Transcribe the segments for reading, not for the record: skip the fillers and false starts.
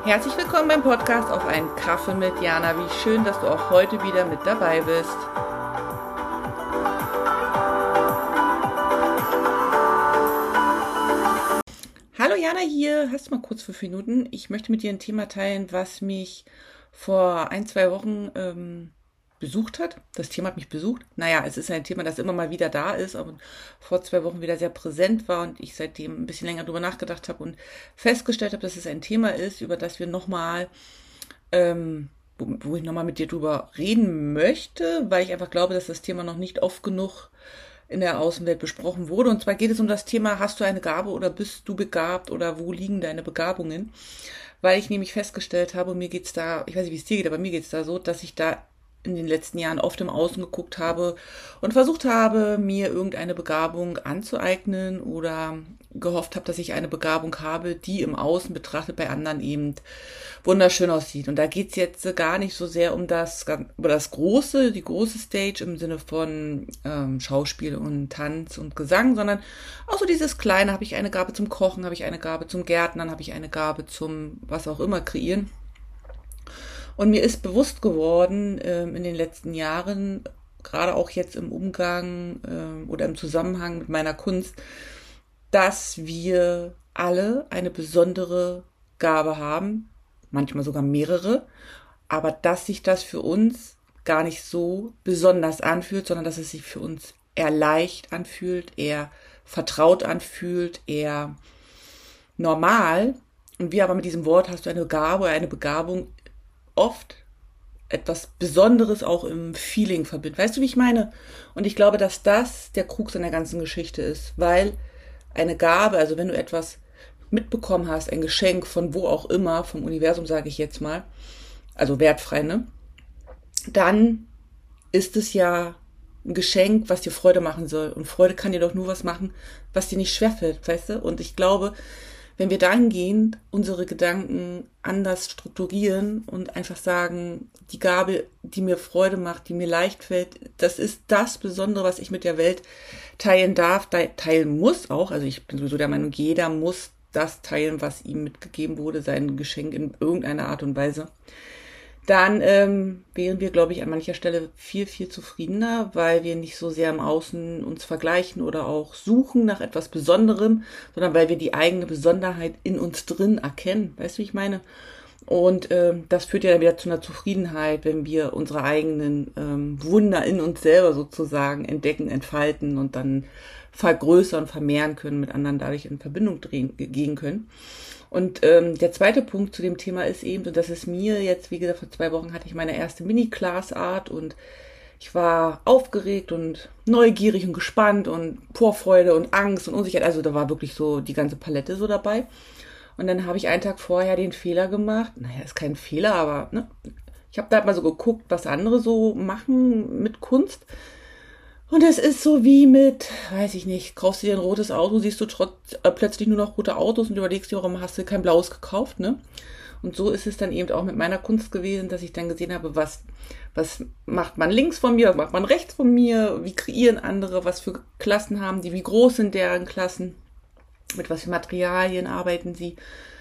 Herzlich willkommen beim Podcast auf einen Kaffee mit Jana. Wie schön, dass du auch heute wieder mit dabei bist. Hallo Jana hier, hast du mal kurz 5 Minuten? Ich möchte mit dir ein Thema teilen, was mich vor 1-2 Wochen besucht hat. Das Thema hat mich besucht. Naja, es ist ein Thema, das immer mal wieder da ist, aber vor 2 Wochen wieder sehr präsent war und ich seitdem ein bisschen länger drüber nachgedacht habe und festgestellt habe, dass es ein Thema ist, über das wir nochmal, wo ich nochmal mit dir drüber reden möchte, weil ich einfach glaube, dass das Thema noch nicht oft genug in der Außenwelt besprochen wurde. Und zwar geht es um das Thema, hast du eine Gabe oder bist du begabt oder wo liegen deine Begabungen? Weil ich nämlich festgestellt habe, und mir geht's da, ich weiß nicht, wie es dir geht, aber mir geht's da so, dass ich da in den letzten Jahren oft im Außen geguckt habe und versucht habe, mir irgendeine Begabung anzueignen oder gehofft habe, dass ich eine Begabung habe, die im Außen betrachtet bei anderen eben wunderschön aussieht. Und da geht's jetzt gar nicht so sehr um die große Stage im Sinne von Schauspiel und Tanz und Gesang, sondern auch so dieses Kleine, habe ich eine Gabe zum Kochen, habe ich eine Gabe zum Gärtnern, habe ich eine Gabe zum was auch immer kreieren. Und mir ist bewusst geworden in den letzten Jahren, gerade auch jetzt im Umgang oder im Zusammenhang mit meiner Kunst, dass wir alle eine besondere Gabe haben, manchmal sogar mehrere, aber dass sich das für uns gar nicht so besonders anfühlt, sondern dass es sich für uns eher leicht anfühlt, eher vertraut anfühlt, eher normal. Und wir aber mit diesem Wort, hast du eine Gabe oder eine Begabung, oft etwas Besonderes auch im Feeling verbindet. Weißt du, wie ich meine? Und ich glaube, dass das der Krux an der ganzen Geschichte ist, weil eine Gabe, also wenn du etwas mitbekommen hast, ein Geschenk von wo auch immer, vom Universum sage ich jetzt mal, also wertfrei, ne? Dann ist es ja ein Geschenk, was dir Freude machen soll. Und Freude kann dir doch nur was machen, was dir nicht schwerfällt, weißt du? Und ich glaube, wenn wir dahingehend unsere Gedanken anders strukturieren und einfach sagen, die Gabe, die mir Freude macht, die mir leicht fällt, das ist das Besondere, was ich mit der Welt teilen darf, teilen muss auch. Also ich bin sowieso der Meinung, jeder muss das teilen, was ihm mitgegeben wurde, sein Geschenk in irgendeiner Art und Weise. Dann wären wir, glaube ich, an mancher Stelle viel, viel zufriedener, weil wir nicht so sehr im Außen uns vergleichen oder auch suchen nach etwas Besonderem, sondern weil wir die eigene Besonderheit in uns drin erkennen. Weißt du, wie ich meine? Und das führt ja dann wieder zu einer Zufriedenheit, wenn wir unsere eigenen Wunder in uns selber sozusagen entdecken, entfalten und dann vergrößern, vermehren können, mit anderen dadurch in Verbindung gehen können. Und der zweite Punkt zu dem Thema ist eben, und das ist mir jetzt, wie gesagt, vor 2 Wochen hatte ich meine erste Mini-Class-Art und ich war aufgeregt und neugierig und gespannt und Vorfreude und Angst und Unsicherheit. Also da war wirklich so die ganze Palette so dabei. Und dann habe ich einen Tag vorher den Fehler gemacht. Naja, ist kein Fehler, aber ne, ich habe da mal so geguckt, was andere so machen mit Kunst. Und es ist so wie mit, weiß ich nicht, kaufst du dir ein rotes Auto, siehst du plötzlich nur noch rote Autos und überlegst dir, warum hast du kein blaues gekauft, ne? Und so ist es dann eben auch mit meiner Kunst gewesen, dass ich dann gesehen habe, was macht man links von mir, was macht man rechts von mir, wie kreieren andere, was für Klassen haben die, wie groß sind deren Klassen, mit was für Materialien arbeiten sie.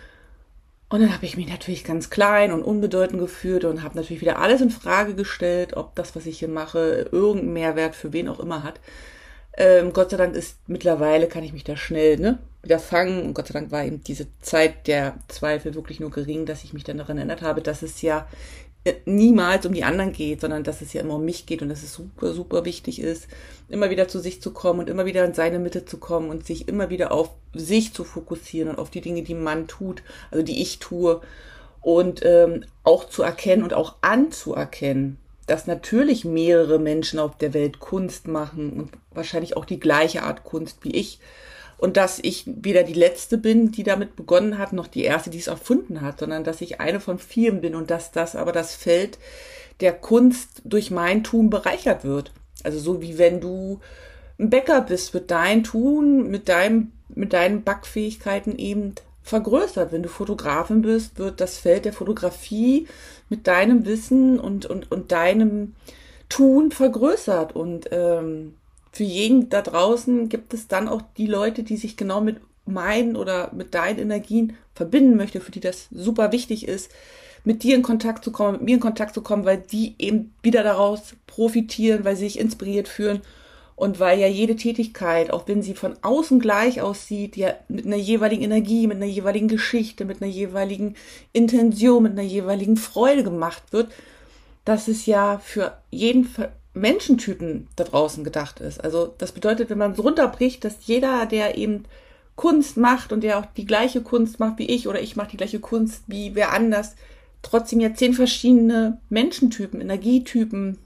Und dann habe ich mich natürlich ganz klein und unbedeutend gefühlt und habe natürlich wieder alles in Frage gestellt, ob das, was ich hier mache, irgendeinen Mehrwert für wen auch immer hat. Gott sei Dank ist mittlerweile, kann ich mich da schnell wieder fangen. Und Gott sei Dank war eben diese Zeit der Zweifel wirklich nur gering, dass ich mich dann daran erinnert habe, dass es ja niemals um die anderen geht, sondern dass es ja immer um mich geht und dass es super, super wichtig ist, immer wieder zu sich zu kommen und immer wieder in seine Mitte zu kommen und sich immer wieder auf sich zu fokussieren und auf die Dinge, die man tut, also die ich tue und auch zu erkennen und auch anzuerkennen, dass natürlich mehrere Menschen auf der Welt Kunst machen und wahrscheinlich auch die gleiche Art Kunst wie ich. Und dass ich weder die Letzte bin, die damit begonnen hat, noch die Erste, die es erfunden hat, sondern dass ich eine von vielen bin und dass das aber das Feld der Kunst durch mein Tun bereichert wird. Also so wie wenn du ein Bäcker bist, wird dein Tun mit deinen Backfähigkeiten eben vergrößert. Wenn du Fotografin bist, wird das Feld der Fotografie mit deinem Wissen und deinem Tun vergrößert. Und für jeden da draußen gibt es dann auch die Leute, die sich genau mit meinen oder mit deinen Energien verbinden möchte, für die das super wichtig ist, mit dir in Kontakt zu kommen, mit mir in Kontakt zu kommen, weil die eben wieder daraus profitieren, weil sie sich inspiriert fühlen und weil ja jede Tätigkeit, auch wenn sie von außen gleich aussieht, ja mit einer jeweiligen Energie, mit einer jeweiligen Geschichte, mit einer jeweiligen Intention, mit einer jeweiligen Freude gemacht wird, dass es ja für jeden Menschentypen da draußen gedacht ist. Also das bedeutet, wenn man es runterbricht, dass jeder, der eben Kunst macht und der auch die gleiche Kunst macht wie ich oder ich mache die gleiche Kunst wie wer anders, trotzdem ja 10 verschiedene Menschentypen, Energietypen,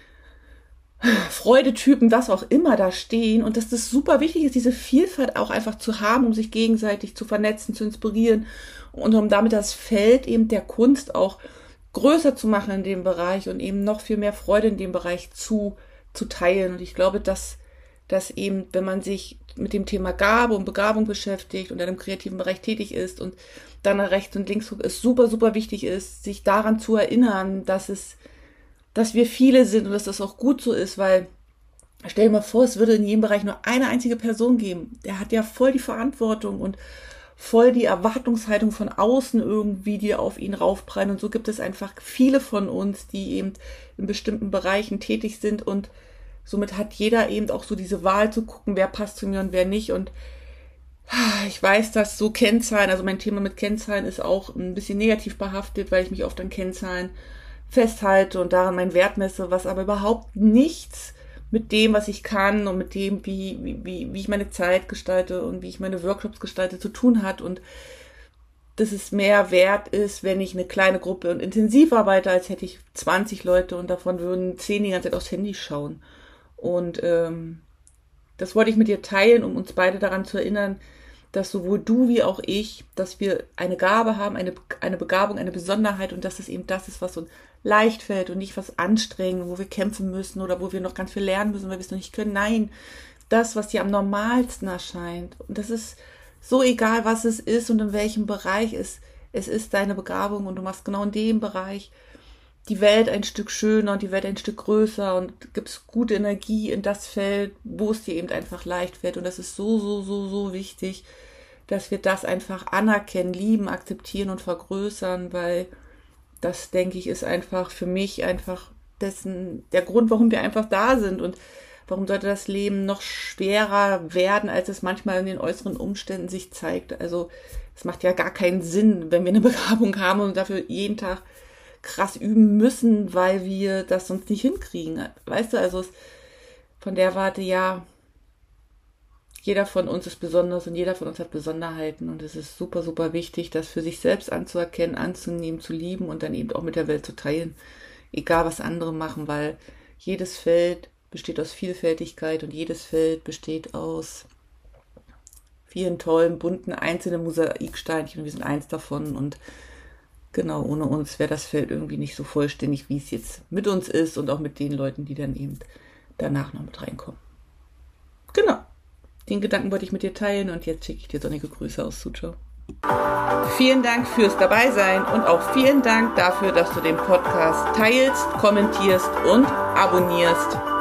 Freudetypen, was auch immer da stehen und dass das super wichtig ist, diese Vielfalt auch einfach zu haben, um sich gegenseitig zu vernetzen, zu inspirieren und um damit das Feld eben der Kunst auch größer zu machen in dem Bereich und eben noch viel mehr Freude in dem Bereich zu teilen. Und ich glaube, dass eben, wenn man sich mit dem Thema Gabe und Begabung beschäftigt und in einem kreativen Bereich tätig ist und dann nach rechts und links es super, super wichtig ist, sich daran zu erinnern, dass wir viele sind und dass das auch gut so ist, weil stell dir mal vor, es würde in jedem Bereich nur eine einzige Person geben. Der hat ja voll die Verantwortung und voll die Erwartungshaltung von außen irgendwie, die auf ihn raufprallen. Und so gibt es einfach viele von uns, die eben in bestimmten Bereichen tätig sind und somit hat jeder eben auch so diese Wahl zu gucken, wer passt zu mir und wer nicht. Und ich weiß, dass so Kennzahlen, also mein Thema mit Kennzahlen ist auch ein bisschen negativ behaftet, weil ich mich oft an Kennzahlen festhalte und daran meinen Wert messe, was aber überhaupt nichts mit dem, was ich kann und mit dem, wie ich meine Zeit gestalte und wie ich meine Workshops gestalte, zu tun hat und dass es mehr wert ist, wenn ich eine kleine Gruppe und intensiv arbeite, als hätte ich 20 Leute und davon würden 10 die ganze Zeit aufs Handy schauen. Und das wollte ich mit dir teilen, um uns beide daran zu erinnern, dass sowohl du wie auch ich, dass wir eine Gabe haben, eine Begabung, eine Besonderheit und dass es eben das ist, was uns leicht fällt und nicht was anstrengend, wo wir kämpfen müssen oder wo wir noch ganz viel lernen müssen, weil wir es noch nicht können. Nein, das, was dir am normalsten erscheint. Und das ist so egal, was es ist und in welchem Bereich es ist deine Begabung und du machst genau in dem Bereich die Welt ein Stück schöner und die Welt ein Stück größer und gibst gute Energie in das Feld, wo es dir eben einfach leicht fällt. Und das ist so, so, so, so wichtig, dass wir das einfach anerkennen, lieben, akzeptieren und vergrößern, weil das, denke ich, ist einfach für mich einfach der Grund, warum wir einfach da sind und warum sollte das Leben noch schwerer werden, als es manchmal in den äußeren Umständen sich zeigt. Also es macht ja gar keinen Sinn, wenn wir eine Begabung haben und dafür jeden Tag krass üben müssen, weil wir das sonst nicht hinkriegen. Weißt du, also von der Warte, ja, jeder von uns ist besonders und jeder von uns hat Besonderheiten und es ist super, super wichtig, das für sich selbst anzuerkennen, anzunehmen, zu lieben und dann eben auch mit der Welt zu teilen, egal was andere machen, weil jedes Feld besteht aus Vielfältigkeit und jedes Feld besteht aus vielen tollen, bunten, einzelnen Mosaiksteinchen und wir sind eins davon und genau, ohne uns wäre das Feld irgendwie nicht so vollständig, wie es jetzt mit uns ist und auch mit den Leuten, die dann eben danach noch mit reinkommen. Genau. Den Gedanken wollte ich mit dir teilen und jetzt schicke ich dir sonnige Grüße aus Suzhou. Vielen Dank fürs Dabeisein und auch vielen Dank dafür, dass du den Podcast teilst, kommentierst und abonnierst.